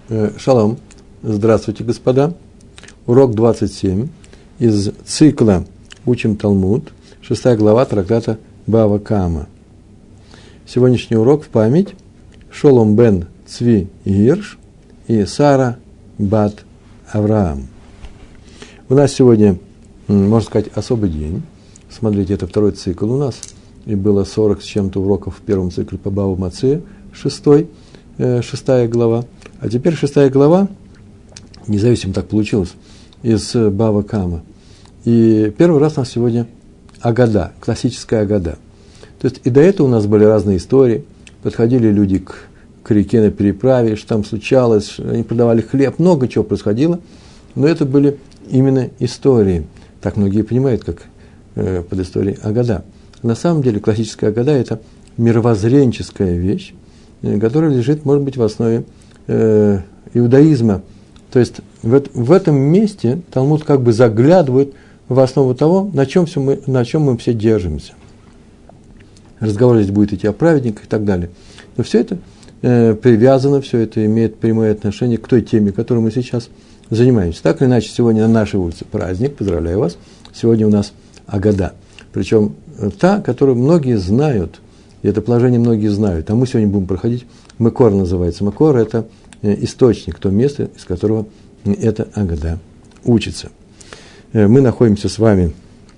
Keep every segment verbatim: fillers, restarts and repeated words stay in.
Шалом. Здравствуйте, господа. Урок двадцать семь из цикла «Учим Талмуд», шестая глава трактата Бава Кама. Сегодняшний урок в память Шолом бен Цви Гирш и Сара бат Авраам. У нас сегодня, можно сказать, особый день. Смотрите, это второй цикл у нас. И было сорок с чем-то уроков в первом цикле по Баву Мацея, шестой, э, шестая глава. А теперь шестая глава, независимо так получилось, из Бава Кама. И первый раз у нас сегодня Агада, классическая Агада. То есть и до этого у нас были разные истории. Подходили люди к, к реке на переправе, что там случалось, они продавали хлеб, много чего происходило. Но это были именно истории. Так многие понимают, как э, под историей Агада. На самом деле классическая Агада – это мировоззренческая вещь, э, которая лежит, может быть, в основе э, иудаизма. То есть в, в этом месте Талмуд как бы заглядывает в основу того, на чем, все мы, на чем мы все держимся. Разговор здесь будет идти о праведниках и так далее. Но все это э, привязано, все это имеет прямое отношение к той теме, которой мы сейчас занимаемся. Так или иначе, сегодня на нашей улице праздник, поздравляю вас. Сегодня у нас Агада. Причем та, которую многие знают, и это положение многие знают. А мы сегодня будем проходить, Макор называется. Макор – это источник, то место, из которого эта Агада учится. Мы находимся с вами,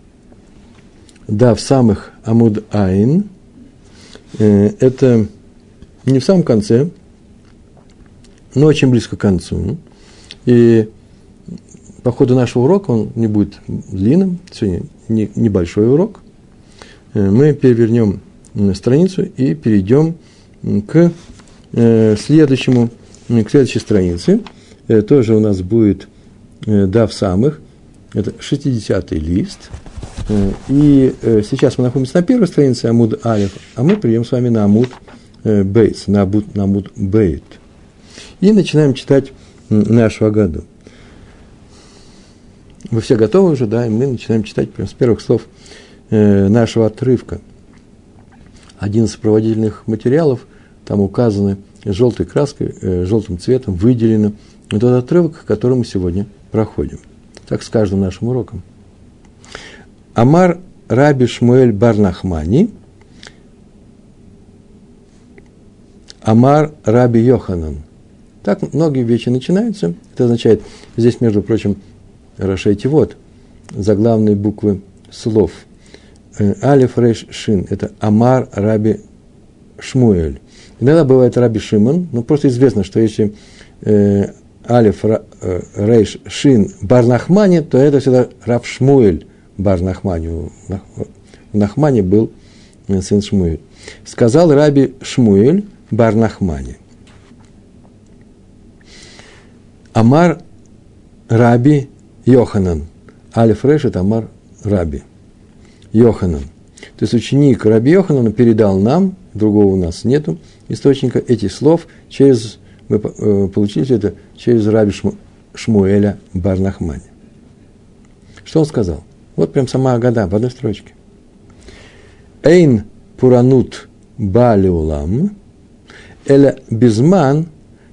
да, в самых Амуд Айн. Это не в самом конце, но очень близко к концу. И по ходу нашего урока, он не будет длинным, сегодня небольшой урок, мы перевернем страницу и перейдем к следующему, к следующей странице. Тоже у нас будет да в самых, это шестидесятый лист. И сейчас мы находимся на первой странице Амуд Алеф, а мы перейдем с вами на Амуд Бейт, на Амуд, на Амуд Бейт. И начинаем читать нашу Агаду. Вы все готовы уже, да, и мы начинаем читать прямо с первых слов э, нашего отрывка. Один из сопроводительных материалов, там указаны желтой краской, э, желтым цветом, выделено тот отрывок, который мы сегодня проходим. Так с каждым нашим уроком. Амар Раби Шмуэль бар Нахмани, Амар Раби Йоханан. Так многие вещи начинаются. Это означает, здесь, между прочим, Рашейти вот, заглавные буквы слов. Алеф, Рейш, Шин – это Амар, Раби, Шмуэль. Иногда бывает Раби Шимон, но просто известно, что если э, Алеф, э, Рейш, Шин, бар Нахмани, то это всегда Рав Шмуэль бар Нахмани. У Нахмани был сын Шмуэль. Сказал Раби Шмуэль бар Нахмани. Амар, Раби, Йоханан. Алеф Реш – это Амар Раби. Йоханан. То есть ученик Раби Йоханана передал нам, другого у нас нету, источника этих слов, через, мы э, получили это через Раби Шму, Шмуэля бар Нахмани. Что он сказал? Вот прям сама Агада в одной строчке. Эйн пуранут балеулам, эля безман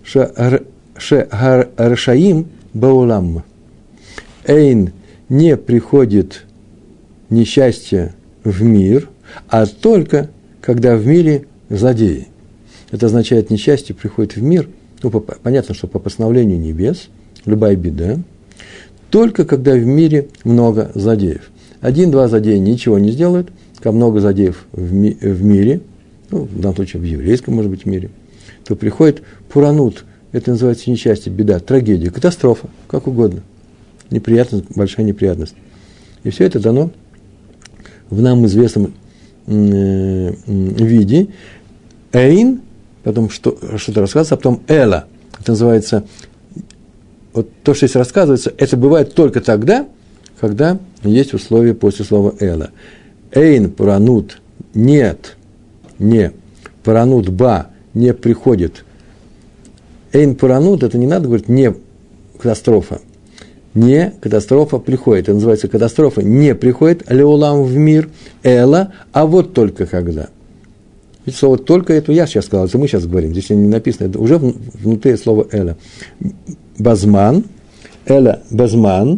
шегаршаим баулам. Эйн не приходит несчастье в мир, а только когда в мире злодеи. Это означает, несчастье приходит в мир, ну, по, понятно, что по постановлению небес, любая беда, только когда в мире много злодеев. Один-два злодея ничего не сделают, когда много злодеев в, ми, в мире, ну, в данном случае в еврейском, может быть, мире, то приходит пуранут, это называется несчастье, беда, трагедия, катастрофа, как угодно. Неприятность, большая неприятность. И все это дано в нам известном э, виде. Эйн, потом что, что-то рассказывается, а потом эла. Это называется, вот то, что здесь рассказывается, это бывает только тогда, когда есть условия после слова эла. Эйн пуранут, нет, не, пуранут ба, не приходит. Эйн пуранут, это не надо говорить не катастрофа. Не катастрофа приходит. Это называется катастрофа не приходит, леулам в мир, эла, а вот только когда. Ведь слово «только» это я сейчас сказал, это мы сейчас говорим. Здесь не написано, это уже внутри слова «эля». Базман, «эля» – «базман».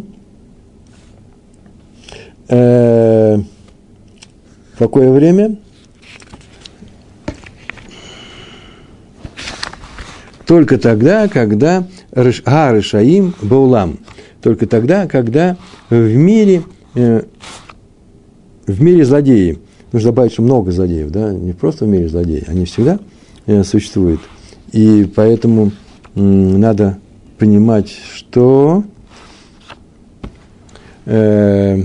Э, в какое время? Только тогда, когда «га-решаим баулам». Только тогда, когда в мире, э, в мире злодеи, нужно добавить, что много злодеев, да, не просто в мире злодеи, они всегда э, существуют. И поэтому э, надо понимать, что э,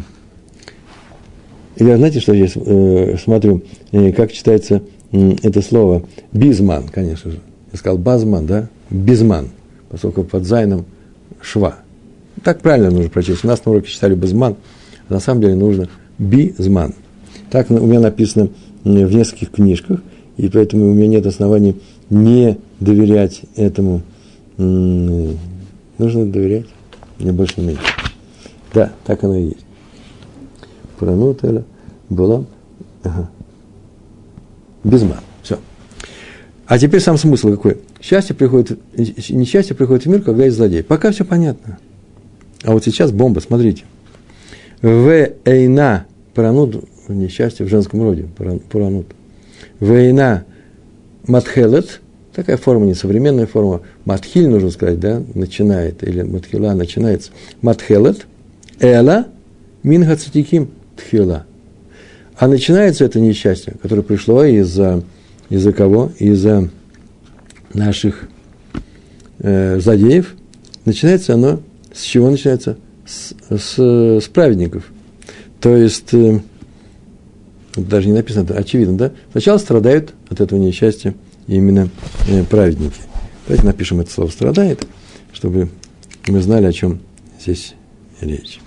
я, знаете, что я э, смотрю, э, как читается э, это слово «бизман», конечно же. Я сказал «базман», да, «бизман», поскольку под зайном «шва». Так правильно нужно прочесть. У нас на уроке читали «базман», а на самом деле нужно «бизман». Так у меня написано в нескольких книжках, и поэтому у меня нет оснований не доверять этому. Нужно доверять, не больше, не меньше. Да, так оно и есть. Пранутеля была ага. Бизман. Все. А теперь сам смысл какой? Счастье приходит, несчастье приходит в мир, когда есть злодей. Пока все понятно. А вот сейчас бомба, смотрите. В эйна паранут, несчастье в женском роде, паранут. В эйна матхелет, такая форма, несовременная форма. Матхиль, нужно сказать, да, начинает, или матхила начинается. Матхелет, эла, минха цатиким тхила. А начинается это несчастье, которое пришло из-за, из-за кого? Из-за наших э, злодеев. Начинается оно, с чего начинается? С, с, с праведников. То есть, э, даже не написано, это очевидно, да? Сначала страдают от этого несчастья именно э, праведники. Давайте напишем это слово «страдает», чтобы мы знали, о чем здесь речь.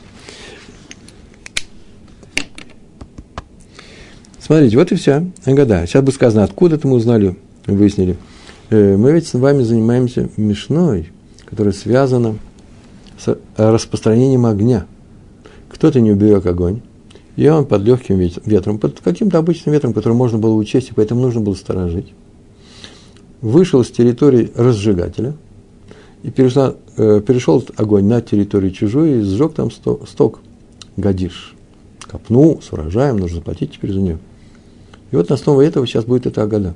Смотрите, вот и вся Агада. Сейчас бы сказано, откуда это мы узнали, выяснили. Мы ведь с вами занимаемся мишной, которая связана с распространением огня. Кто-то не уберег огонь, и он под легким ветром, под каким-то обычным ветром, который можно было учесть, и поэтому нужно было сторожить, вышел с территории разжигателя, и перешла, э, перешел огонь на территорию чужую, и сжег там сток, сток гадиш. Копну с урожаем, нужно заплатить теперь за нее. И вот на основе этого сейчас будет эта Агада.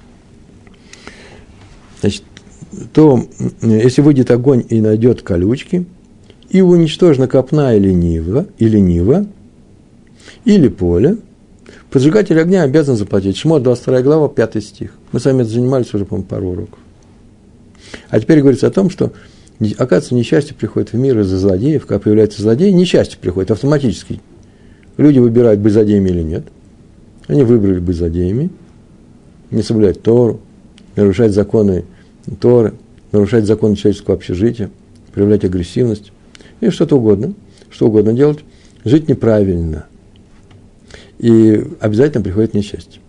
Значит, то, если выйдет огонь и найдет колючки, и уничтожена копна или нива, или нива, или поле, поджигатель огня обязан заплатить. Шмот, двадцать вторая глава, пятый стих. Мы с вами это занимались уже, по-моему, пару уроков. А теперь говорится о том, что, оказывается, несчастье приходит в мир из-за злодеев. Когда появляется злодей, несчастье приходит автоматически. Люди выбирают, быть злодеями или нет. Они выбрали быть злодеями, не соблюдать Тору, нарушать законы Торы, нарушать законы человеческого общежития, проявлять агрессивность и что-то угодно, что угодно делать, жить неправильно. И обязательно приходит несчастье.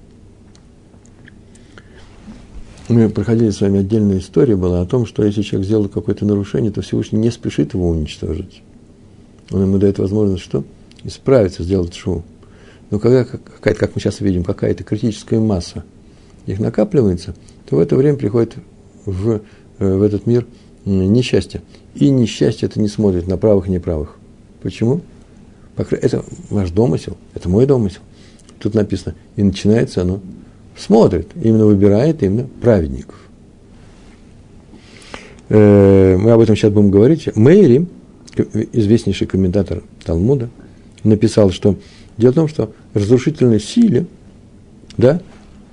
Мы проходили с вами отдельная история была о том, что если человек сделал какое-то нарушение, то Всевышний не спешит его уничтожить. Он ему дает возможность что? Исправиться, сделать шоу. Но когда какая-то, как мы сейчас видим, какая-то критическая масса их накапливается, то в это время приходит в, в этот мир несчастье. И несчастье это не смотрит на правых и неправых. Почему? Это ваш домысел, это мой домысел. Тут написано, и начинается оно, смотрит, именно выбирает именно праведников. Мы об этом сейчас будем говорить. Мейри, известнейший комментатор Талмуда, написал, что дело в том, что разрушительной силе, да,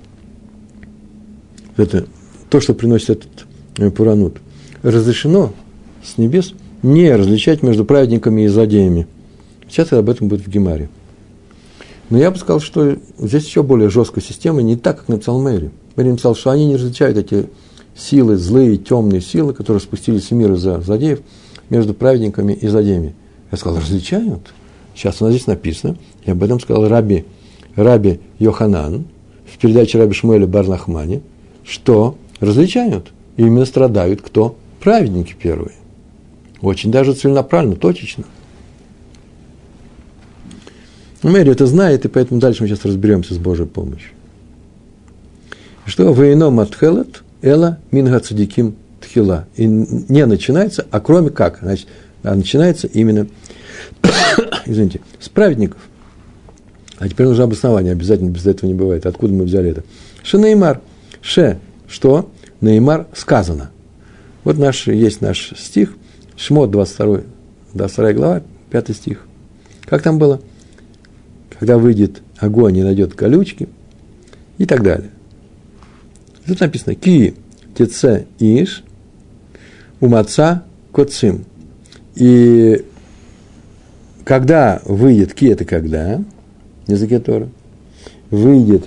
это то, что приносит этот пуранут, разрешено с небес не различать между праведниками и злодеями. Сейчас об этом будет в Гемаре. Но я бы сказал, что здесь еще более жесткая система, не так, как написал Мэри. Мэри написал, что они не различают эти силы, злые, темные силы, которые спустились в мир из-за злодеев, между праведниками и злодеями. Я сказал, различают. Сейчас у нас здесь написано, и об этом сказал Раби, Раби Йоханан в передаче Раби Шмуэля бар Нахмани, что различают. И именно страдают кто? Праведники первые. Очень даже целенаправленно, точечно. Мэри это знает, и поэтому дальше мы сейчас разберемся с Божьей помощью. Что вейно матхелет эла минга цадиким тхила. И не начинается, а кроме как, значит, а начинается именно, извините, с праведников. А теперь нужно обоснование, обязательно без этого не бывает. Откуда мы взяли это? Ше неймар. Ше, что? Неймар сказано. Вот наш, есть наш стих, Шмот двадцать вторая, двадцать вторая глава, пятый стих. Как там было? Когда выйдет огонь и найдет колючки, и так далее. Тут написано «Ки теце иш умаца коцим». И когда выйдет, ки это когда, в языке Тора, выйдет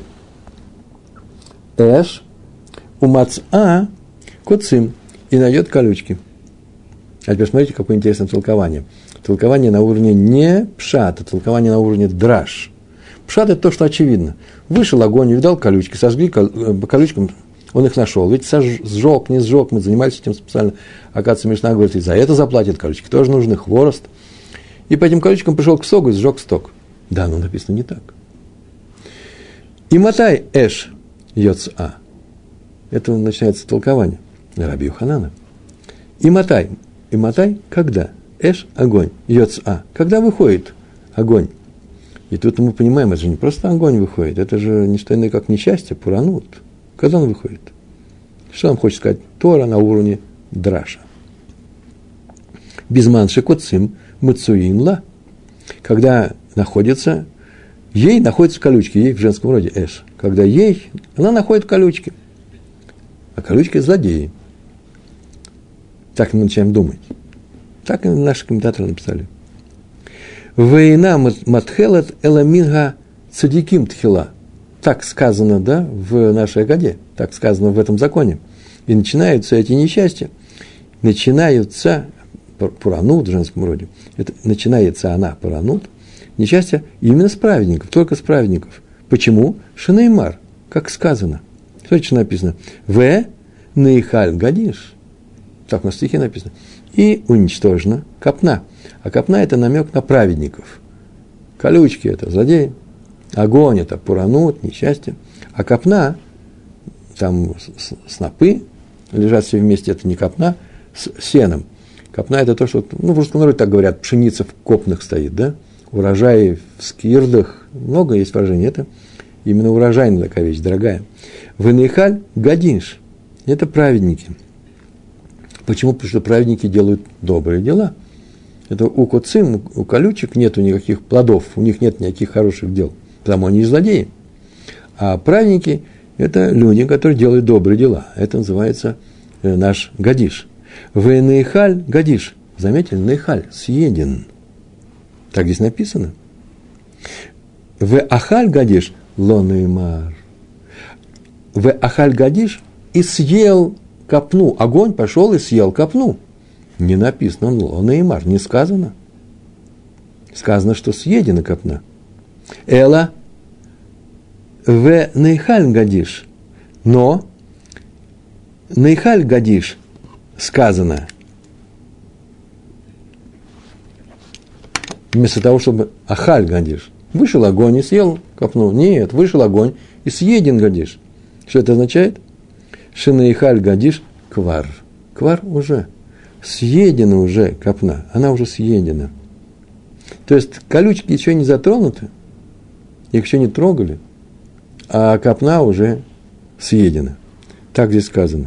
эш умаца коцим и найдет колючки. А теперь смотрите, какое интересное толкование. Толкование на уровне не пшат, а толкование на уровне драш. Пшат – это то, что очевидно. Вышел огонь, увидал колючки, сожгли по колючкам, он их нашел. Ведь сжег, не сжег, мы занимались этим специально. Оказывается, Мишна говорит, и за это заплатят колючки, тоже нужны, хворост. И по этим колючкам пришел к стогу и сжег стог. Да, но написано не так. И мотай эш йоца. Это начинается толкование Раби Йоханана. И мотай. И мотай, когда? Эш – огонь. Йоца. Когда выходит огонь? И тут мы понимаем, это же не просто огонь выходит, это же не что иное, как несчастье, пуранут. Когда он выходит? Что нам хочет сказать? Тора на уровне драша. Безман шекоцим мацуин ла. Когда находится, ей находятся колючки, ей в женском роде эш. Когда ей, она находит колючки. А колючки – злодеи. Так мы начинаем думать. Так наши комментаторы написали. Вейна матхелет эламинга цадиким тхила. Так сказано, да, в нашей Агаде, так сказано в этом законе. И начинаются эти несчастья, начинаются, пуранут в женском роде, это, начинается она, пуранут, несчастье именно с праведников, только с праведников. Почему? Шенеймар, как сказано. Смотрите, что написано. В нейхаль гадиш. Так на стихе написано. И уничтожена копна. А копна – это намек на праведников. Колючки – это злодеи. Огонь – это пуранут, несчастье. А копна, там снопы лежат все вместе, это не копна, с сеном. Копна – это то, что, ну, в русском народе так говорят, пшеница в копнах стоит, да? Урожай в скирдах, много есть выражений, это именно урожайная такая вещь, дорогая. Венейхаль гадинш – это праведники. Почему? Потому что праведники делают добрые дела. Это у коцим, у колючек нету никаких плодов, у них нет никаких хороших дел, потому они злодеи. А праведники – это люди, которые делают добрые дела. Это называется э, наш гадиш. В нейхаль гадиш. Заметили? Нейхаль – съеден. Так здесь написано. В ахаль гадиш – лонеймар. В ахаль гадиш – и съел копну. Огонь пошел и съел копну. Не написано лонеймар, не сказано. Сказано, что съедена копна. Эла в нейхаль гадиш. Но нейхаль гадиш сказано. Вместо того, чтобы ахаль гадиш. Вышел огонь и съел копну. Нет, вышел огонь и съеден гадиш. Что это означает? Шинейхаль гадиш квар. Квар уже. Съедена уже копна. Она уже съедена. То есть колючки еще не затронуты. Их еще не трогали. А копна уже съедена. Так здесь сказано.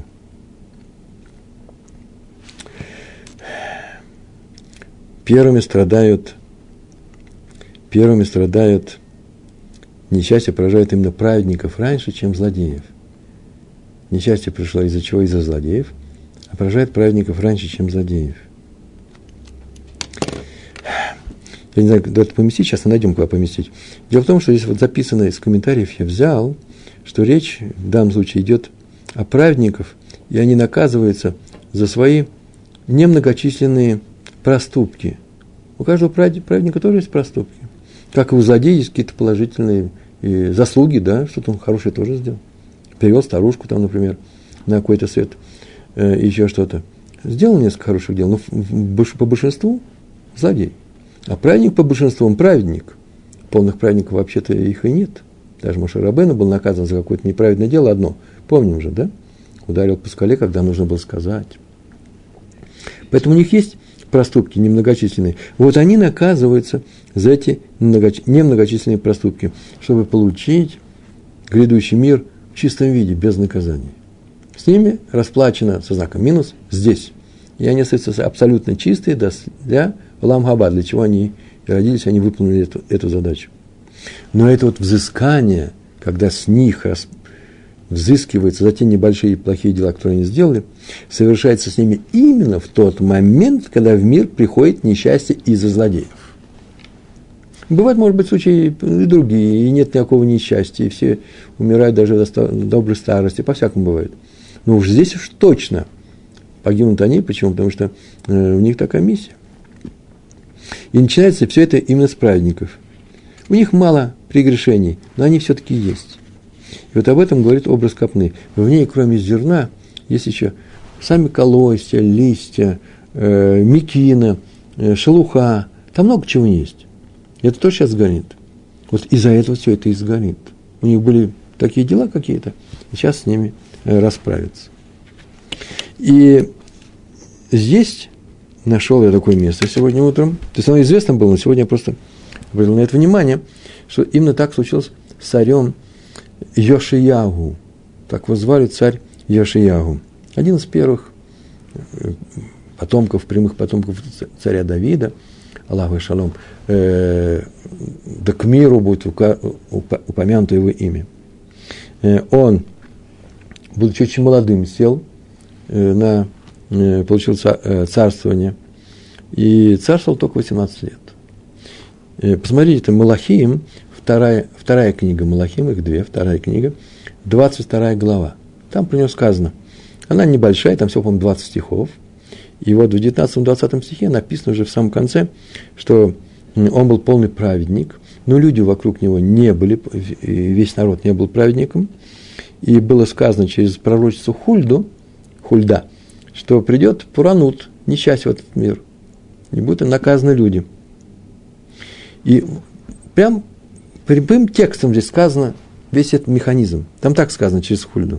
Первыми страдают, первыми страдают, несчастье поражает именно праведников раньше, чем злодеев. Несчастье пришло из-за чего? Из-за злодеев, а поражает праведников раньше, чем злодеев. Я не знаю, куда это поместить, сейчас мы найдем, куда поместить. Дело в том, что здесь вот записано из комментариев, я взял, что речь в данном случае идет о праведниках, и они наказываются за свои немногочисленные проступки. У каждого праведника тоже есть проступки. Как и у злодея есть какие-то положительные заслуги, да, что-то он хорошее тоже сделал. Привел старушку там, например, на какой-то свет, э, еще что-то. Сделал несколько хороших дел, но по большинству злодей. А праведник по большинству, он праведник. Полных праведников вообще-то их и нет. Даже Моше Рабейну был наказан за какое-то неправедное дело одно. Помним же, да? Ударил по скале, когда нужно было сказать. Поэтому у них есть проступки немногочисленные. Вот они наказываются за эти немногочисленные проступки, чтобы получить грядущий мир в чистом виде, без наказания. С ними расплачено со знаком минус здесь. И они остаются абсолютно чистые для Олам Хаба, для чего они и родились, они выполнили эту, эту задачу. Но это вот взыскание, когда с них рас, взыскивается за те небольшие и плохие дела, которые они сделали, совершается с ними именно в тот момент, когда в мир приходит несчастье из-за злодеев. Бывают, может быть, случаи и другие, и нет никакого несчастья, и все умирают даже до доброй старости, по-всякому бывает. Но уж здесь уж точно погибнут они. Почему? Потому что э, у них такая миссия. И начинается все это именно с праведников. У них мало прегрешений, но они все-таки есть. И вот об этом говорит образ копны. В ней, кроме зерна, есть еще сами колосья, листья, э, мекина, э, шелуха. Там много чего есть. И это тоже сейчас сгорит. Вот из-за этого все это и сгорит. У них были такие дела какие-то, и сейчас с ними э, расправиться. И здесь нашел я такое место сегодня утром. То есть оно известно было, но сегодня я просто обратил на это внимание, что именно так случилось с царем Йошиягу. Так его звали, царь Йошиягу. Один из первых потомков, прямых потомков царя Давида, Аллаху шалом, э, да к миру будет упомянуто его имя. Э, он, будучи очень молодым, сел э, на получил царствование, и царствовал только восемнадцать лет. Посмотрите, это Малахим, вторая, вторая книга Малахим, их две, вторая книга, двадцать вторая глава. Там про него сказано, она небольшая, там всего, по-моему, двадцать стихов, и вот в девятнадцатом-двадцатом стихе написано уже в самом конце, что он был полный праведник, но люди вокруг него не были, весь народ не был праведником, и было сказано через пророчицу Хульду, Хульда, что придет Пуранут, несчастье в этот мир, и будут наказаны люди. И прям прямым текстом здесь сказано весь этот механизм. Там так сказано через Хульду.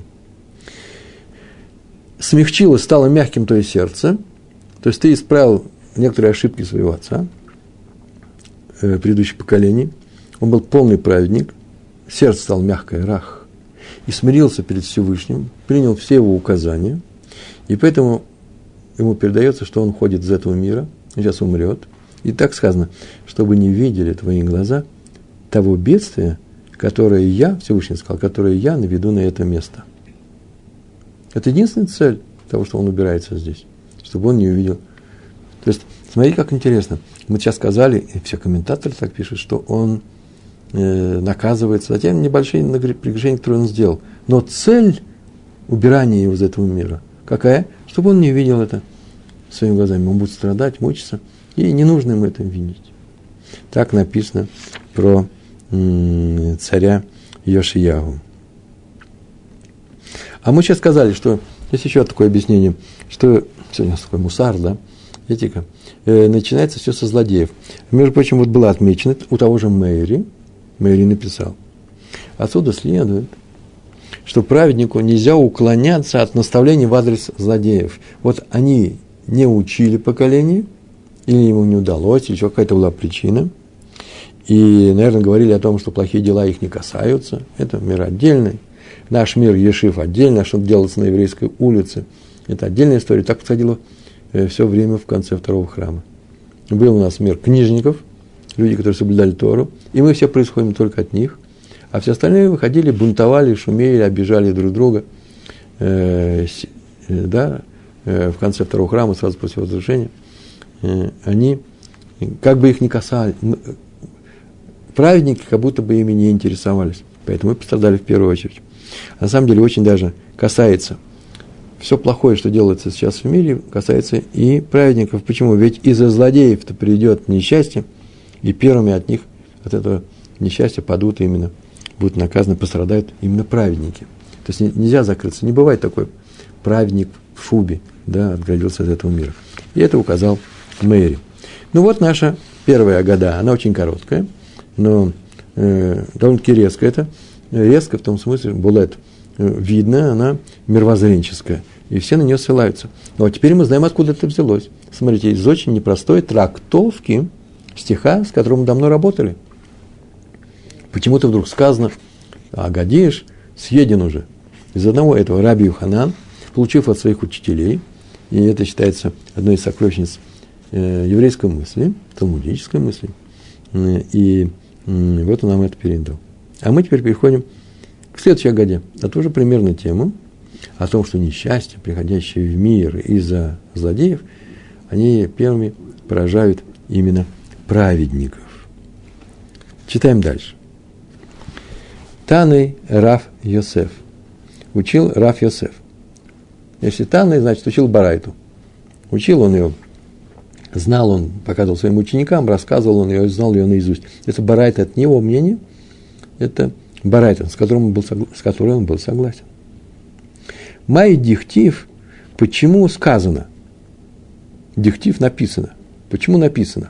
Смягчилось, стало мягким твое сердце, то есть ты исправил некоторые ошибки своего отца, э, предыдущих поколений. Он был полный праведник, сердце стало мягкое, рах, и смирился перед Всевышним, принял все его указания. И поэтому ему передается, что он ходит из этого мира, сейчас умрет. И так сказано, чтобы не видели твои глаза того бедствия, которое я, Всевышний сказал, которое я наведу на это место. Это единственная цель того, что он убирается здесь, чтобы он не увидел. То есть, смотрите, как интересно. Мы сейчас сказали, и все комментаторы так пишут, что он э, наказывается за те небольшие прегрешения, которые он сделал. Но цель убирания его из этого мира какая? Чтобы он не видел это своими глазами. Он будет страдать, мучиться, и не нужно ему это видеть. Так написано про м- царя Йошиягу. А мы сейчас сказали, что есть еще такое объяснение, что сегодня у нас такой мусар, да, этика, э, начинается все со злодеев. Между прочим, вот было отмечено у того же Мэйри, Мэйри написал. Отсюда следует, что праведнику нельзя уклоняться от наставлений в адрес злодеев. Вот они не учили поколение, или ему не удалось, или еще какая-то была причина, и, наверное, говорили о том, что плохие дела их не касаются, это мир отдельный, наш мир Ешив отдельно, что делается на еврейской улице, это отдельная история, так происходило все время в конце второго храма. Был у нас мир книжников, люди, которые соблюдали Тору, и мы все происходим только от них. А все остальные выходили, бунтовали, шумели, обижали друг друга. Э, да, э, в конце второго храма, сразу после возвращения, э, они, как бы их ни касались, праведники как будто бы ими не интересовались. Поэтому мы пострадали в первую очередь. А на самом деле очень даже касается, все плохое, что делается сейчас в мире, касается и праведников. Почему? Ведь из-за злодеев-то придет несчастье, и первыми от них, от этого несчастья падут именно, будут наказаны, пострадают именно праведники. То есть нельзя закрыться. Не бывает такой праведник в шубе, да, отгородился от этого мира. И это указал Мэйри. Ну вот наша первая Агада, она очень короткая, но э, довольно-таки резкая. Это резко в том смысле, булет, видно, она мировоззренческая. И все на нее ссылаются. Но теперь мы знаем, откуда это взялось. Смотрите, из очень непростой трактовки стиха, с которым мы давно работали. Почему-то вдруг сказано, а Гадиш съеден уже. Из одного этого Раби Йоханан, получив от своих учителей, и это считается одной из сокровищниц э, еврейской мысли, талмудической мысли, э, и э, вот он нам это передал. А мы теперь переходим к следующей Агаде, на ту же примерную тему, о том, что несчастья, приходящие в мир из-за злодеев, они первыми поражают именно праведников. Читаем дальше. Таный Рав Йосеф. Учил Рав Йосеф. Если Таный, значит, учил Барайту. Учил он ее, знал он, показывал своим ученикам, рассказывал он ее, знал ее наизусть. Это Барайта, это не его мнение, это Барайта, с которым он был, с которой он был согласен. Май дихтив, почему сказано? Дихтив написано. Почему написано?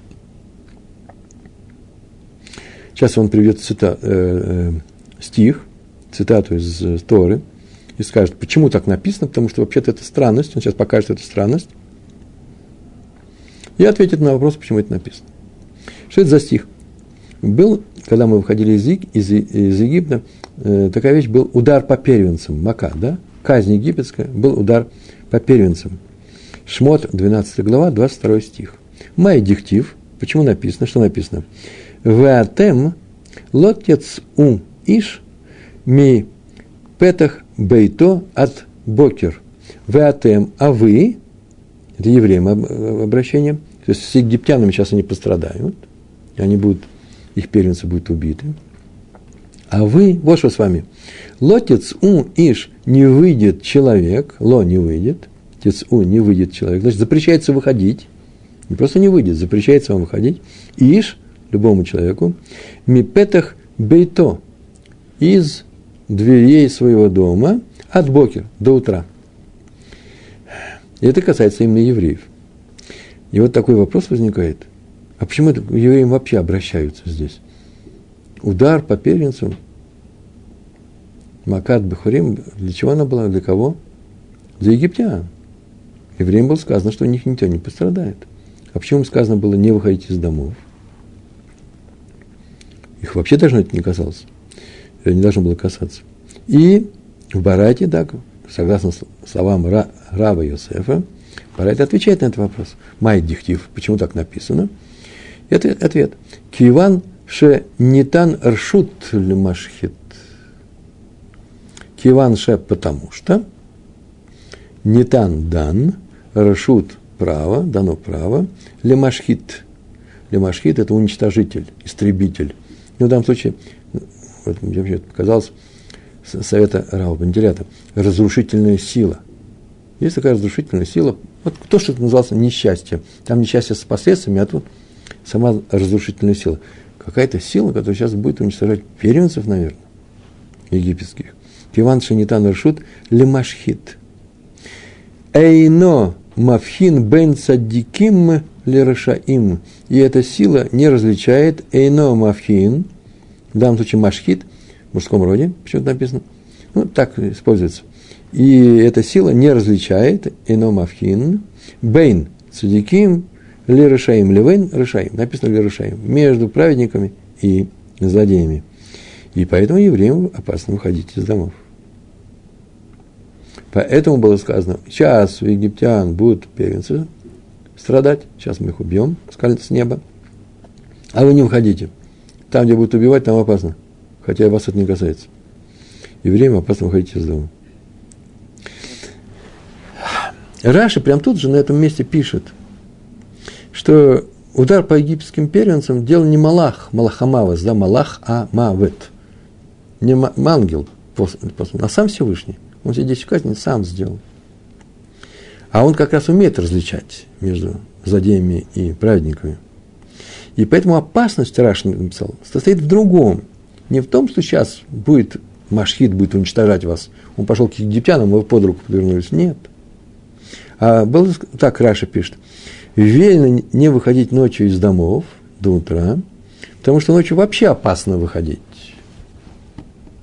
Сейчас он приведет цита, э, э, стих, цитату из э, Торы, и скажет, почему так написано, потому что вообще-то это странность, он сейчас покажет эту странность, и ответит на вопрос, почему это написано. Что это за стих? Был, когда мы выходили из, из, из Египта, э, такая вещь, был удар по первенцам, мака, да? Казнь египетская, был удар по первенцам. Шмот, двенадцатая глава, двадцать второй стих. Май дихтив, почему написано, что написано? Веатем лотец у иш ми петах бейто от бокер. Веатем, а вы, это евреям обращение, то есть с египтянами сейчас они пострадают, они будут, их первенцы будут убиты. А вы, вот что с вами, лотец у иш не выйдет человек, ло не выйдет, тец у не выйдет человек, значит, запрещается выходить, не просто не выйдет, запрещается вам выходить, иш, любому человеку, мипетах бейто, из дверей своего дома, от бокер, до утра. И это касается именно евреев. И вот такой вопрос возникает, а почему это к евреям вообще обращаются здесь? Удар по первенцам, Макат Бехурим, для чего она была, для кого? Для египтян. Евреям было сказано, что у них никто не пострадает. А почему сказано было не выходить из домов? Их вообще должно это не касалось. Не должно было касаться. И в Барайте, да, согласно словам Рава Йосефа, Барайт отвечает на этот вопрос. Май дихтив, почему так написано? Это ответ. Киван ше нитан ршут лемашхит. Киван ше потому что, нитан дан, ршут право, дано право, лемашхит. Лемашхит – это уничтожитель, истребитель. Ну, в данном случае, вот мне вообще показалось, совета Рава Бенделята, разрушительная сила. Есть такая разрушительная сила, вот то, что это называется несчастье. Там несчастье с последствиями, а тут сама разрушительная сила. Какая-то сила, которая сейчас будет уничтожать первенцев, наверное, египетских. Киван шенитан ршут лемашхит. Эйно мавхин бен цаддиким лерашаим. И эта сила не различает эйно мавхин, в данном случае машхит, в мужском роде, почему-то написано, ну, так используется. И эта сила не различает эйно мавхин бен цаддиким лерашаим, левен рашаим, написано лерашаим, между праведниками и злодеями. И поэтому евреям опасно выходить из домов. Поэтому было сказано, сейчас у египтян будут первенцы страдать, сейчас мы их убьем с неба, а вы не выходите. Там, где будут убивать, там опасно, хотя вас это не касается. Евреям опасно выходить из дома. Раши прямо тут же на этом месте пишет, что удар по египетским первенцам делал не Малах, Малахамавас, да, Малах, а Мавет. Не ангел, а сам Всевышний. Он здесь указан, сам сделал. А он как раз умеет различать между злодеями и праведниками. И поэтому опасность, Раши написал, состоит в другом. Не в том, что сейчас будет Машхит, будет уничтожать вас. Он пошел к египтянам, вы под руку подвернулись. Нет. А было так, Раши пишет. Велено не выходить ночью из домов до утра, потому что ночью вообще опасно выходить.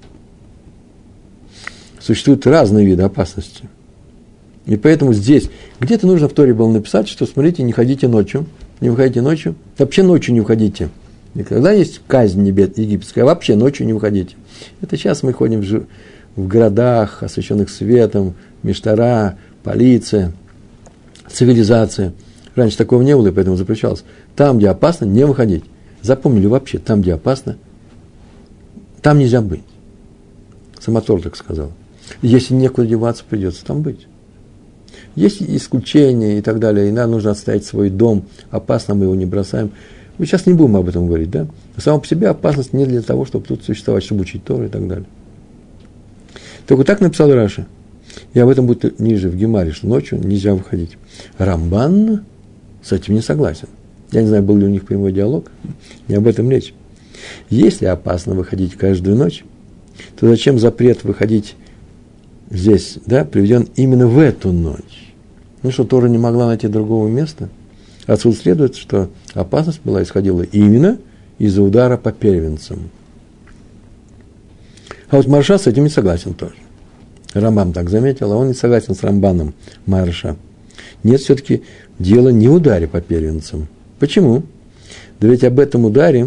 существуют разные виды опасности. И поэтому здесь, где-то нужно в Торе было написать, что, смотрите, не ходите ночью, не выходите ночью, вообще ночью не выходите. И когда есть казнь египетская, вообще ночью не выходите. Это сейчас мы ходим в, в городах, освещенных светом, миштара, полиция, цивилизация. Раньше такого не было, и поэтому запрещалось. Там, где опасно, не выходить. Запомнили вообще, там, где опасно, там нельзя быть. Сама Тора так сказала. Если некуда деваться, придется там быть. Есть исключения и так далее, и нам нужно отстоять свой дом, опасно, мы его не бросаем. Мы сейчас не будем об этом говорить, да? Но само по себе опасность не для того, чтобы тут существовать, чтобы учить Тору и так далее. Только так написал Раши. И об этом будет ниже в Гемаре, что ночью нельзя выходить. Рамбан с этим не согласен. Я не знаю, был ли у них прямой диалог, не об этом речь. Если опасно выходить каждую ночь, то зачем запрет выходить здесь, да, приведен именно в эту ночь? Ну что, Тора не могла найти другого места? Отсюда следует, что опасность была, исходила именно из-за удара по первенцам. А вот Марша с этим не согласен тоже. Рамбам так заметил, а он не согласен с Рамбаном Марша. Нет, все-таки дело не в ударе по первенцам. Почему? Да ведь об этом ударе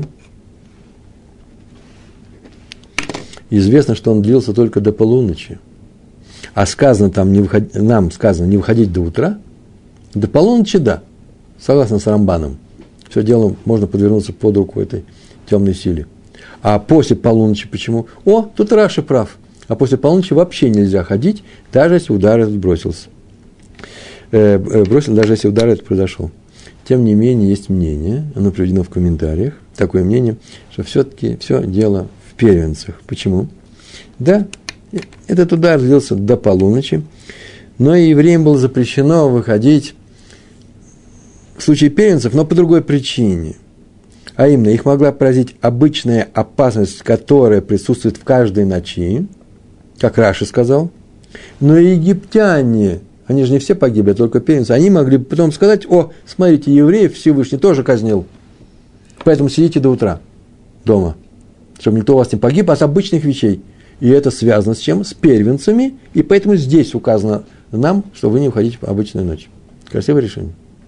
известно, что он длился только до полуночи. А сказано там, не выход... нам сказано не выходить до утра, до полуночи, да, согласно с Рамбаном. Все дело можно подвернуться под руку этой темной силе. А после полуночи почему? О, тут Раши прав. А после полуночи вообще нельзя ходить, даже если удар этот бросился. Э, бросил, даже если удар этот произошел. Тем не менее, есть мнение, оно приведено в комментариях, такое мнение, что все-таки все дело в первенцах. Почему? Да, этот удар длился до полуночи, но и евреям было запрещено выходить в случае первенцев, но по другой причине. А именно, их могла поразить обычная опасность, которая присутствует в каждой ночи, как Раши сказал, но и египтяне, они же не все погибли, а только первенцы, они могли бы потом сказать: о, смотрите, евреев Всевышний тоже казнил, поэтому сидите до утра дома, чтобы никто у вас не погиб от обычных вещей. И это связано с чем? С первенцами, и поэтому здесь указано нам, что вы не уходите в обычную ночь. Красивое решение.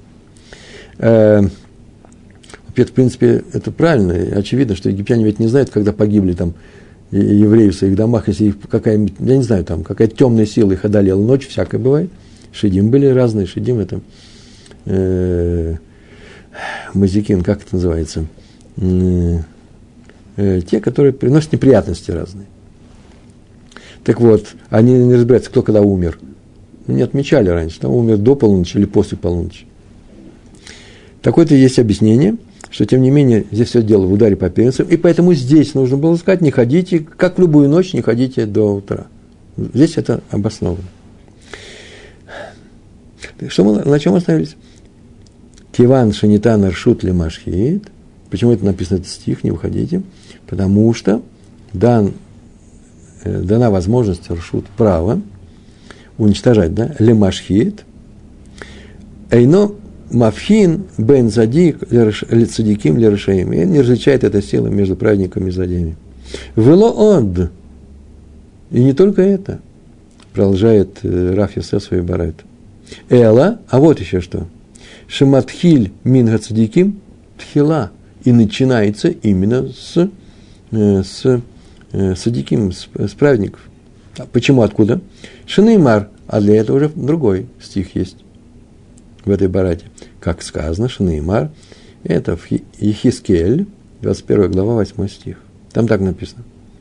В принципе, это правильно, и очевидно, что египтяне ведь не знают, когда погибли там евреи в своих домах, если их какая-нибудь, я не знаю, там какая-то темная сила их одолела, ночь всякое бывает. Шидим были разные, шидим это э, мазикин, как это называется, э, э, те, которые приносят неприятности разные. Так вот, они не разбираются, кто когда умер. Не отмечали раньше, там умер до полуночи или после полуночи. Такое-то есть объяснение, что, тем не менее, здесь все дело в ударе по первенцам, и поэтому здесь нужно было сказать: не ходите, как в любую ночь, не ходите до утра. Здесь это обосновано. Что мы, на чем мы остановились? Киван шанитан аршут лемашхит. Почему это написано, этот стих, не выходите? Потому что дан, э, дана возможность аршут, право уничтожать, да, лемашхит. Эйно Мавхин бен задик цадиким лерашаим. И не различает эта сила между праведниками и злодеями. Вело од. И не только это, продолжает Раф Йосеф свой барайт. Эла, а вот еще что. Шематхиль мин цадиким тхила. И начинается именно с, с, с цадиким, с, с праведников. Почему, откуда? Шенеймар, а для этого уже другой стих есть в этой барате. Как сказано, Шенеймар, это в Ехискель, двадцать первая глава, восьмой стих. Там так написано.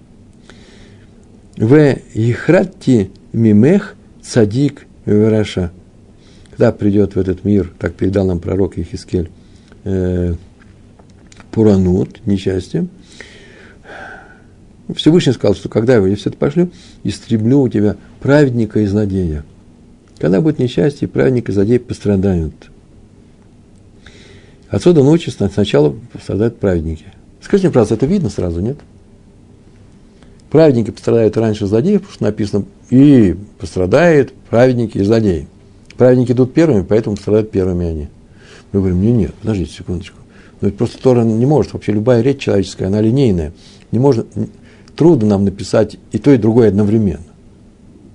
В Ехратти мимех цадик вераша. Когда придет в этот мир, так передал нам пророк Ехискель, э, Пуранут, несчастье, Всевышний сказал, что когда я все это пошлю, истреблю у тебя праведника и злодея. Когда будет несчастье, праведник и злодей пострадают. Отсюда научится, сначала пострадают праведники. Скажите мне, пожалуйста, это видно сразу, нет? Праведники пострадают раньше злодеев, потому что написано: и пострадают праведники и злодеи. Праведники идут первыми, поэтому пострадают первыми они. Мы говорим: нет, нет, подождите секундочку. Но ведь просто Тора не может, вообще любая речь человеческая, она линейная. Не может, трудно нам написать и то, и другое одновременно.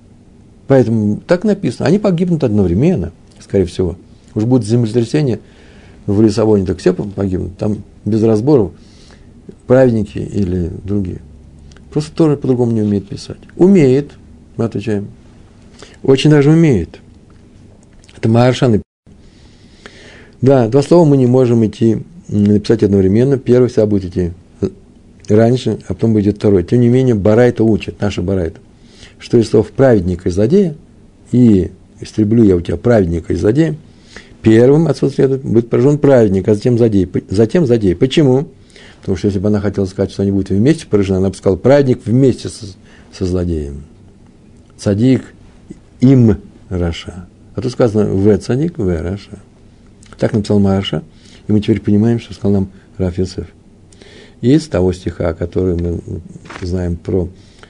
Поэтому так написано. Они погибнут одновременно, скорее всего. Уж будет землетрясение в Лиссабоне, так все погибнут. Там без разборов праведники или другие. Просто Тора по-другому не умеет писать. Умеет, мы отвечаем. Очень даже умеет. Это Мааршан. Да, два слова мы не можем идти, написать одновременно. Первый всегда будет идти раньше, а потом будет второй. Тем не менее, Барайта учит, наша Барайта, что из слов праведника и злодея, и истреблю я у тебя праведника и злодея, первым отсюда следует будет поражен праведник, а затем злодей. Затем злодей. Почему? Потому что если бы она хотела сказать, что они будут вместе поражены, она бы сказала, праведник вместе со, со злодеем. Цадик им раша. А тут сказано в цадик, в раша. Так написал Маарша, и мы теперь понимаем, что сказал нам Рав Йосеф. Из того стиха, который мы знаем про,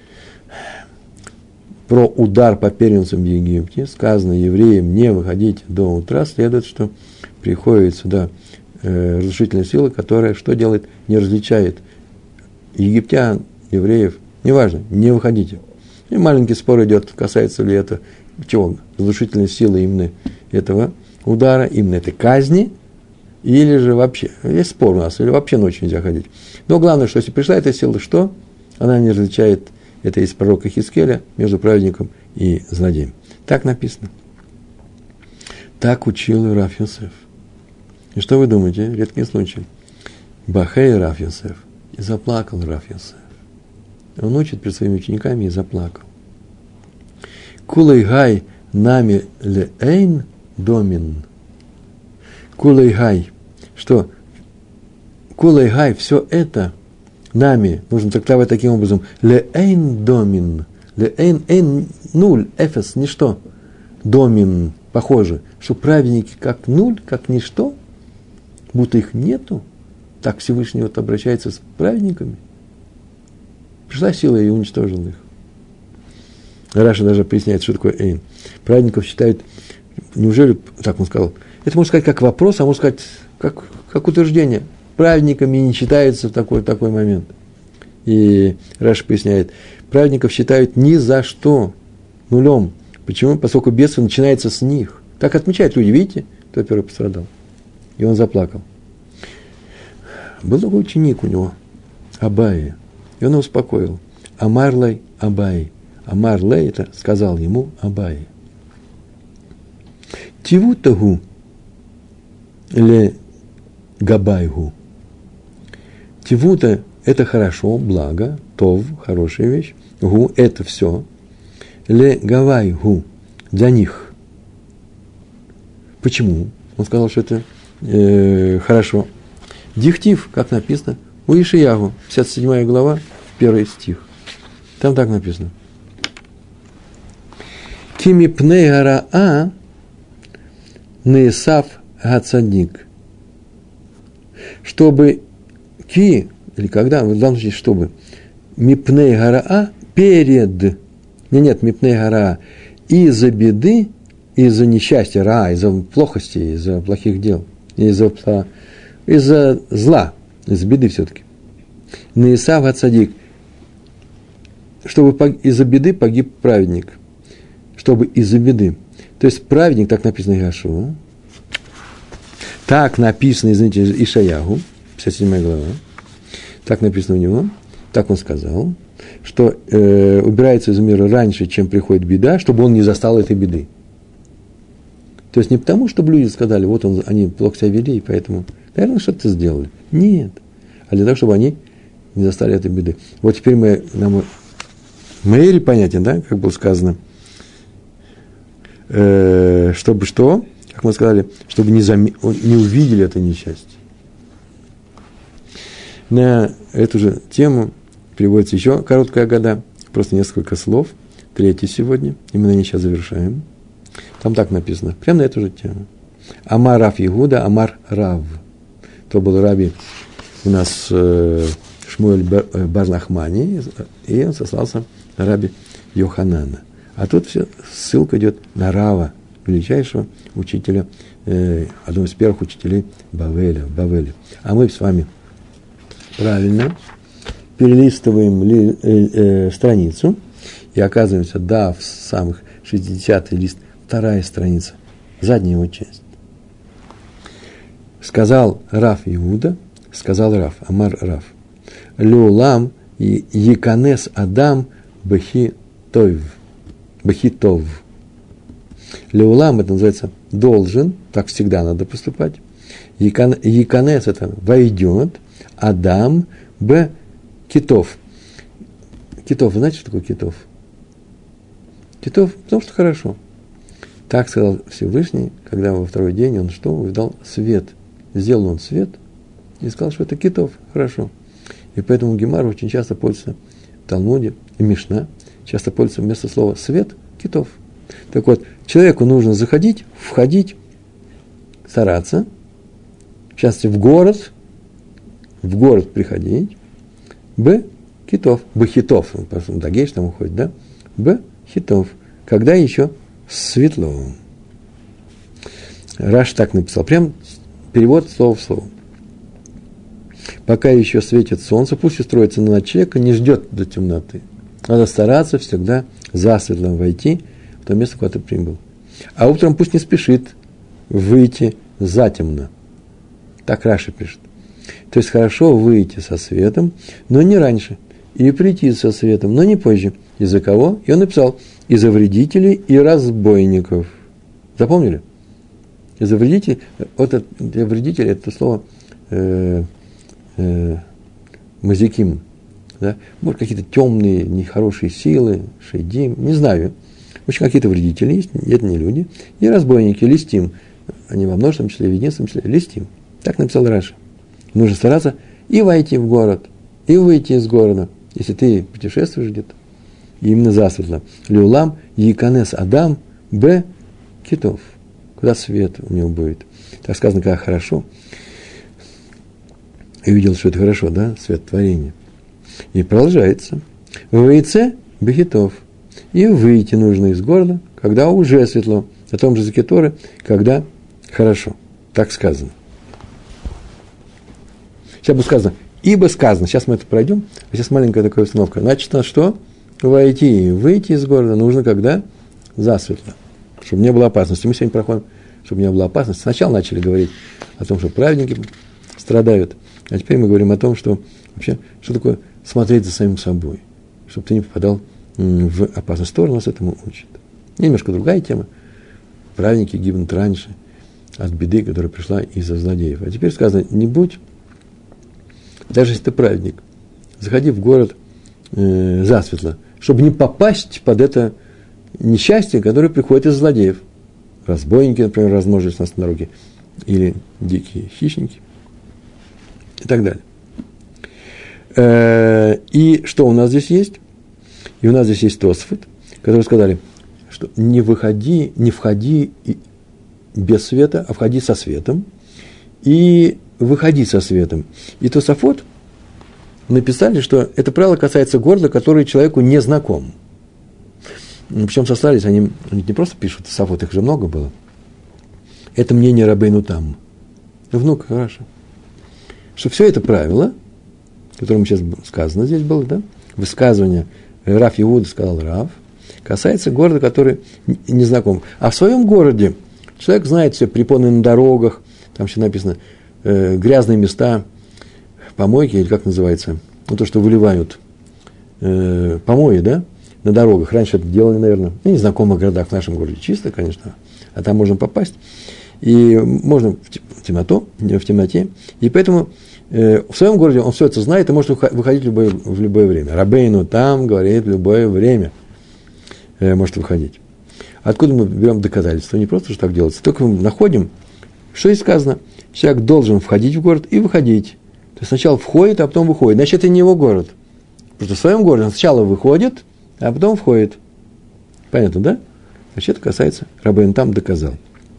про удар по первенцам в Египте, сказано евреям не выходить до утра, следует, что приходит сюда э, разрушительная сила, которая что делает? Не различает египтян, евреев, неважно, не выходите. И маленький спор идет, касается ли это чего? Разрушительной силы именно этого удара, именно этой казни, или же вообще, есть спор у нас, или вообще ночью нельзя ходить. Но главное, что если пришла эта сила, что? Она не различает, это из пророка Хискеля, между праведником и злодеем. Так написано. Так учил Рав Йосеф. И что вы думаете? Редкий случай. Бахей Рав Йосеф. И заплакал Рав Йосеф. Он учит перед своими учениками и заплакал. Кулей гай нами леэйн домин. Кулей гай. Что? Кулей гай, все это нами нужно трактовать таким образом. Леэйн домин. Леэйн эйн нуль, эфес, ничто. Домин, похоже, что праведники как нуль, как ничто, будто их нету. Так Всевышний вот обращается с праведниками. Пришла сила и уничтожила их. Раша даже поясняет, что такое эйн. Праведников считают, неужели, так он сказал, это можно сказать как вопрос, а можно сказать как, как утверждение. Праведниками не считается в такой, такой момент. И Раша поясняет, праведников считают ни за что нулем. Почему? Поскольку бедствие начинается с них. Так отмечают люди, видите, кто первый пострадал. И он заплакал. Был такой ученик у него, Абай, и он его успокоил. Амарлай Абай. Амарлай, это сказал ему Абай. Тивутагу ле габайгу. Тивута – это хорошо, благо, тов – хорошая вещь. Гу – это все. Ле гавайгу – для них. Почему? Он сказал, что это э, хорошо. Дихтив, как написано, у Ишиягу, пятьдесят седьмая глава, первый стих. Там так написано. Кими пней гараа неисав гацадник. Чтобы ки, или когда, в данном случае, чтобы мипней гараа перед, нет, нет, мипней гараа, из-за беды, из-за несчастья, ра, из-за плохости, из-за плохих дел, из-за, из-за зла, из-за беды все-таки. Неисав гацадник. Чтобы из-за беды погиб праведник. Чтобы из-за беды. То есть праведник, так написано Иошуа, так написано, извините, Ишаягу, пятьдесят седьмая глава, так написано у него, так он сказал, что э, убирается из мира раньше, чем приходит беда, чтобы он не застал этой беды. То есть не потому, чтобы люди сказали, вот он, они плохо себя вели, и поэтому, наверное, что-то сделали. Нет. А для того, чтобы они не застали этой беды. Вот теперь мы, нам Мейри понятен, да, как было сказано, э, чтобы что, как мы сказали, чтобы не, зам... не увидели это несчастье. На эту же тему приводится еще короткая гада, просто несколько слов, третий сегодня, и мы на ней сейчас завершаем. Там так написано, прямо на эту же тему. Амар Рав Иуда, Амар Рав. То был раби у нас э, Шмуэль бар Нахмани, и он сослался на раби Йоханана. А тут все, ссылка идет на Рава, величайшего учителя, э, одного из первых учителей Бавеля, Бавеля. А мы с вами правильно перелистываем ли, э, э, страницу и оказываемся, да, в самых шестидесятый лист, вторая страница, задняя его часть. Сказал Рав Иуда, сказал Рав, Амар Рав, Леулам и Яканес Адам Бехи Тойв. Бехи Тов. Леулам это называется должен, так всегда надо поступать. Яканес это войдет, Адам Б Китов. Китов, знаете, что такое китов? Китов, потому что хорошо. Так сказал Всевышний, когда во второй день он что? Увидал свет. Сделал он свет и сказал, что это китов, хорошо. И поэтому Гемара очень часто пользуется в Талмуде и Мишна, часто пользуется вместо слова свет китов. Так вот, человеку нужно заходить, входить, стараться, в частности, в город, в город приходить, б китов, б хитов, просто дагейш там уходит, да, б хитов, когда еще светло. Раш так написал, прям перевод слово в слово. Пока еще светит солнце, пусть устроится на ночлег и не ждет до темноты. Надо стараться всегда засветло войти в то место, куда ты прибыл. А утром пусть не спешит выйти затемно. Так Раши пишет. То есть хорошо выйти со светом, но не раньше. И прийти со светом, но не позже. Из-за кого? И он написал, из-за вредителей и разбойников. Запомнили? Из-за вредителей, вот это, вредители, это слово э, э, мазиким, да? Может, какие-то темные, нехорошие силы, шейдим, не знаю. В общем, какие-то вредители есть, это не люди. И разбойники, листим. Они во множественном числе, в единственном числе, листим. Так написал Раши. Нужно стараться и войти в город, и выйти из города, если ты путешествуешь где-то. И именно засветло. Леулам, Яканес Адам, Б Китов. Куда свет у него будет. Так сказано, как хорошо. И увидел, что это хорошо, да, свет творения. И продолжается. Выйти Бехитов. И выйти нужно из города, когда уже светло. На том же языке Торы, когда хорошо. Так сказано. Сейчас будет сказано, ибо сказано. Сейчас мы это пройдем. А сейчас маленькая такая установка. Значит, на что? Войти и выйти из города нужно, когда засветло. Чтобы не было опасности. Мы сегодня проходим, чтобы не было опасности. Сначала начали говорить о том, что праведники страдают. А теперь мы говорим о том, что вообще, что такое смотреть за самим собой. Чтобы ты не попадал в опасность. Тора нас этому учит. Немножко другая тема. Праведники гибнут раньше от беды, которая пришла из-за злодеев. А теперь сказано, не будь, даже если ты праведник, заходи в город э, засветло, чтобы не попасть под это несчастье, которое приходит из злодеев. Разбойники, например, размножились у нас на дороге, или дикие хищники, и так далее. Э, и что у нас здесь есть? И у нас здесь есть Тосфот, которые сказали, что не выходи, не входи без света, а входи со светом, и выходи со светом. И Тосафот написали, что это правило касается города, который человеку не знаком. Причем сослались, они, они не просто пишут Тосафот, их же много было. Это мнение Рабейну Там, внук Раша. Что все это правило, которое сейчас сказано здесь было, да, высказывание Рав Иуда сказал Рав, касается города, который не знаком. А в своем городе человек знает все препоны на дорогах, там еще написано э, грязные места, помойки, или как называется, ну, то, что выливают э, помои, да, на дорогах. Раньше это делали, наверное, в незнакомых городах, в нашем городе чисто, конечно, а там можно попасть. И можно в темноту, в темноте. И поэтому э, в своем городе он все это знает и может выходить в любое, в любое время. Рабейну там говорит в любое время э, может выходить. Откуда мы берем доказательства? Не просто, что так делается. Только мы находим, что здесь сказано. Человек должен входить в город и выходить. То есть сначала входит, а потом выходит. Значит, это не его город. Просто в своем городе он сначала выходит, а потом входит. Понятно, да? Значит, это касается Рабейну там доказал.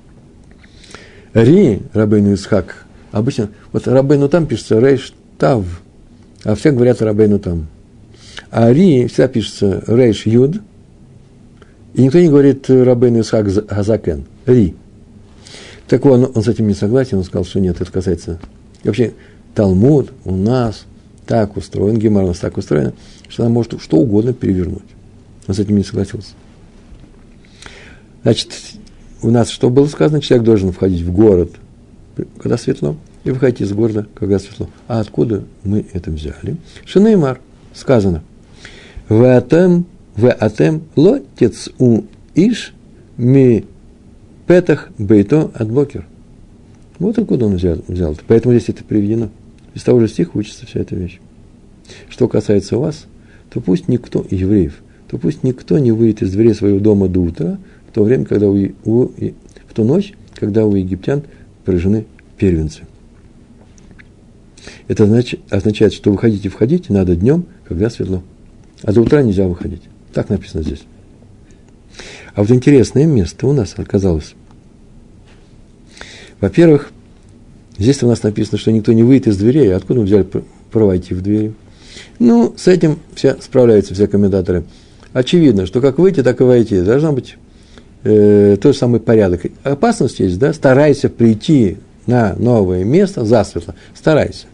Ри, Рабейну Исхак, обычно, вот Рабейну там пишется Рейш Тав, а все говорят Рабейну там. А Ри всегда пишется Рейш Юд, и никто не говорит Рабейну Исхак Газакен, Ри. Так вот, он, он с этим не согласен, он сказал, что нет, это касается... И вообще, Талмуд у нас так устроен, Гемара у нас так устроена, что она может что угодно перевернуть. Он с этим не согласился. Значит, у нас что было сказано? Человек должен входить в город, когда светло, и выходить из города, когда светло. А откуда мы это взяли? Шинеймар, сказано. Веатем, веатем, ло тецу иш ми петах бейто от бокер. Вот откуда он взял, взял это. Поэтому здесь это приведено. Из того же стиха учится вся эта вещь. Что касается вас, то пусть никто, евреев, то пусть никто не выйдет из дверей своего дома до утра, в то время, когда у, у, в ту ночь, когда у египтян поражены первенцы. Это значит, означает, что выходить и входить надо днем, когда светло. А до утра нельзя выходить. Так написано здесь. А вот интересное место у нас оказалось. Во-первых, здесь у нас написано, что никто не выйдет из дверей. Откуда мы взяли право войти в двери? Ну, с этим все справляются все комментаторы. Очевидно, что как выйти, так и войти. Должен быть э, тот же самый порядок. Опасность есть, да? Старайся прийти на новое место засветло. Старайся.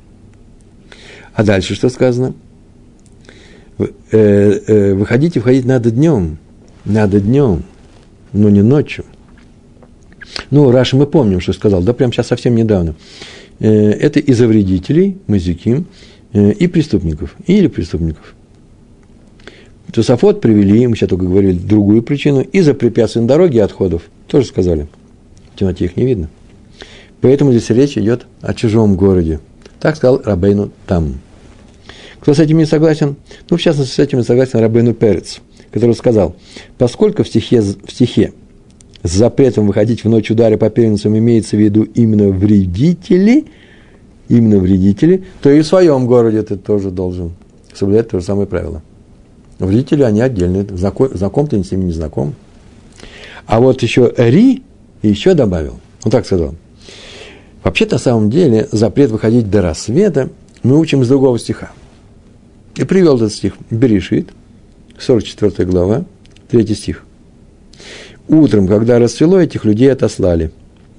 А дальше что сказано? Э, э, выходить и входить надо днем. Надо днем, но не ночью. Ну, Раши мы помним, что сказал, да, прямо сейчас совсем недавно. Э, это из-за вредителей, мазиким, э, и преступников, или преступников. Тосафот привели, мы сейчас только говорили другую причину, из-за препятствий на дороге и отходов. Тоже сказали. В темноте их не видно. Поэтому здесь речь идет о чужом городе. Так сказал Рабейну Там. Кто с этим не согласен? Ну, в частности, с этим не согласен Рабейну Перец, который сказал, поскольку в стихе, в стихе с запретом выходить в ночь удара по первенцам имеется в виду именно вредители, именно вредители, то и в своем городе ты тоже должен соблюдать то же самое правило. Вредители, они отдельные, знаком, знаком ты с ними не знаком. А вот еще Ри еще добавил, он так сказал, вообще-то на самом деле запрет выходить до рассвета мы учим из другого стиха. И привел этот стих Берешит, сорок четвёртая глава, третий стих. Утром, когда расцвело, этих людей отослали.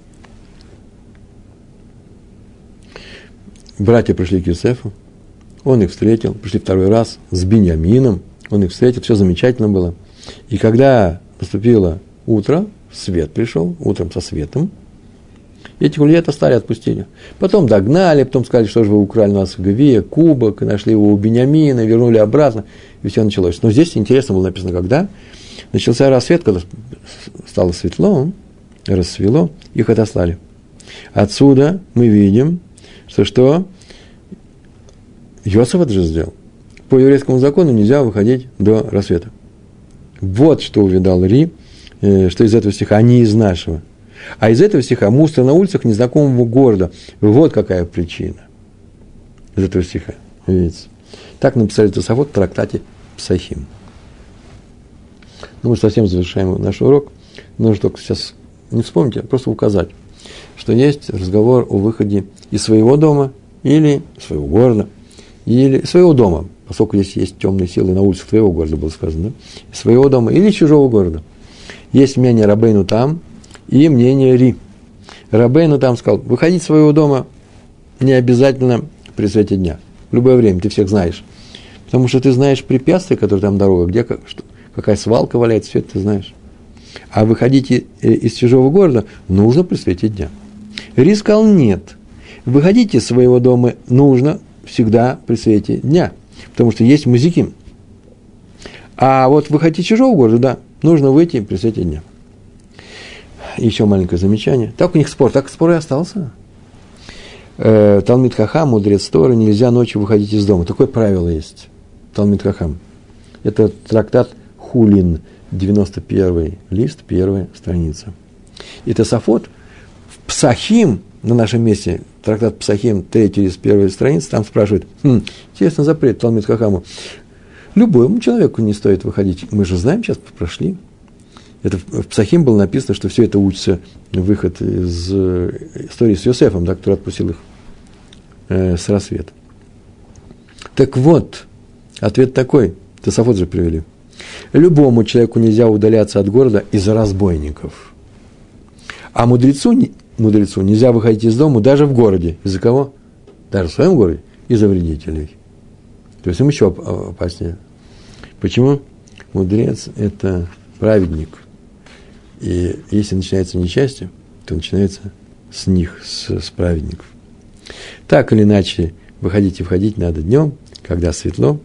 Братья пришли к Йосефу, он их встретил, пришли второй раз с Биньямином, он их встретил, все замечательно было. И когда наступило утро, свет пришел, утром со светом, этих людей отослали, отпустили. Потом догнали, потом сказали, что же вы украли у нас Гвия, кубок, и нашли его у Биньямина, вернули обратно, и все началось. Но здесь интересно было написано, когда начался рассвет, когда стало светло, рассвело, их отослали. Отсюда мы видим, что что? Йосеф это же сделал. По еврейскому закону нельзя выходить до рассвета. Вот что увидал Ри, что из этого стиха, а не из нашего. А из этого стиха мусор на улицах незнакомого города. Вот какая причина. Из этого стиха. Видите? Так написали Тосафот в трактате Псахим. Ну, мы совсем завершаем наш урок. Нужно только сейчас не вспомнить, а просто указать, что есть разговор о выходе из своего дома или своего города, или своего дома, поскольку здесь есть темные силы на улицах твоего города, было сказано, да? Своего дома или чужого города. Есть мнение Рабейну Там и мнение Ри. Рабейну Там сказал, выходить из своего дома не обязательно при свете дня. В любое время, ты всех знаешь. Потому что ты знаешь препятствия, которые там дорога, где что, какая свалка валяется, все это ты знаешь. А выходить из чужого города нужно при свете дня. Ри сказал, нет. Выходить из своего дома нужно всегда при свете дня. Потому что есть мазиким. А вот выходить из чужого города, да, нужно выйти при свете дня. Еще маленькое замечание. Так у них спор, так спор и остался. Э, Талмид Хахам, мудрец Торы, нельзя ночью выходить из дома. Такое правило есть. Талмид Хахам. Это трактат Хулин, девяносто первый лист, первая страница. И Тосафот в Псахим, на нашем месте, трактат Псахим, третий лист, первая страница, там спрашивает, хм, интересно запрет Талмид Хахаму. Любому человеку не стоит выходить. Мы же знаем, сейчас прошли. Это в Псахим было написано, что все это учится, выход из истории с Йосефом, да, который отпустил их э, с рассвета. Так вот, ответ такой, Тосафот же привели. Любому человеку нельзя удаляться от города из-за разбойников. А мудрецу, мудрецу нельзя выходить из дома даже в городе. Из-за кого? Даже в своем городе. Из-за вредителей. То есть им еще опаснее. Почему? Мудрец – это праведник. И если начинается несчастье, то начинается с них, с, с праведников. Так или иначе, выходить и входить надо днем, когда светло.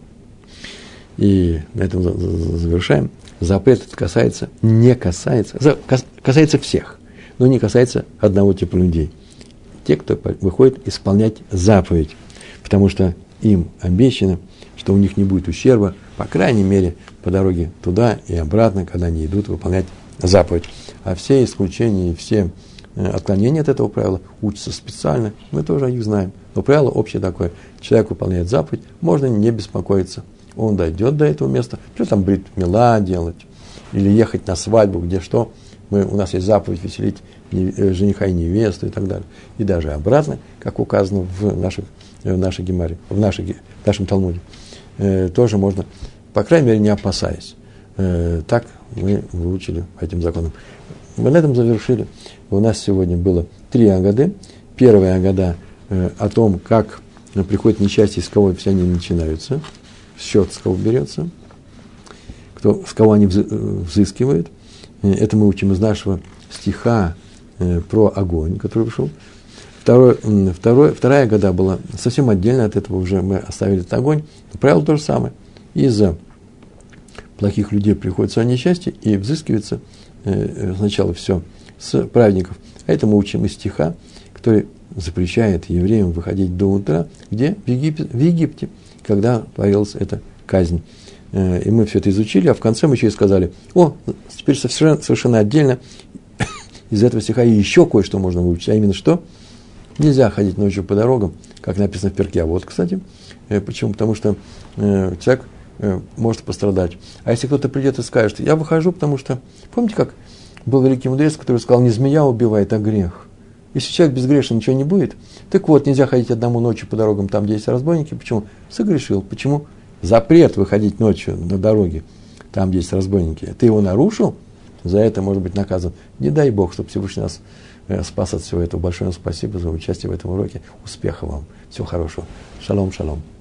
И на этом завершаем. Запрет это касается, не касается, касается всех, но не касается одного типа людей. Те, кто выходит исполнять заповедь, потому что им обещано, что у них не будет ущерба, по крайней мере, по дороге туда и обратно, когда они идут выполнять заповедь. А все исключения и все отклонения от этого правила учатся специально, мы тоже о них знаем. Но правило общее такое: человек выполняет заповедь, можно не беспокоиться. Он дойдет до этого места, что там брит мила делать, или ехать на свадьбу, где что. Мы, у нас есть заповедь веселить жениха и невесту и так далее. И даже обратно, как указано в, наших, в нашей гемаре, в, нашей, в нашем Талмуде, э, тоже можно, по крайней мере, не опасаясь. Э, так мы выучили по этим законам. Мы на этом завершили. У нас сегодня было три агады. Первая агада э, о том, как приходит несчастье, с кого все они начинаются. Счет с кого берется, кто, с кого они взыскивают. Это мы учим из нашего стиха э, про огонь, который вышел. Второй, второй, вторая года была совсем отдельно от этого, уже мы оставили этот огонь. Но правило то же самое. Из-за плохих людей приходит свое несчастье и взыскивается э, сначала все с праведников. А это мы учим из стиха, который запрещает евреям выходить до утра, где? В Египте, в Египте, когда творилась эта казнь. И мы все это изучили, а в конце мы еще и сказали: о, теперь совершенно, совершенно отдельно из этого стиха еще кое-что можно выучить, а именно что? Нельзя ходить ночью по дорогам, как написано в перке. А вот, кстати, почему? Потому что человек может пострадать. А если кто-то придет и скажет: я выхожу, потому что... Помните, как был великий мудрец, который сказал: не змея убивает, а грех. Если человек безгрешен, ничего не будет. Так вот, нельзя ходить одному ночью по дорогам, там, где есть разбойники. Почему? Согрешил. Почему? Запрет выходить ночью на дороге, там, где есть разбойники. Ты его нарушил, за это может быть наказан. Не дай Бог, чтобы Всевышний нас спас от всего этого. Большое вам спасибо за участие в этом уроке. Успехов вам. Всего хорошего. Шалом, шалом.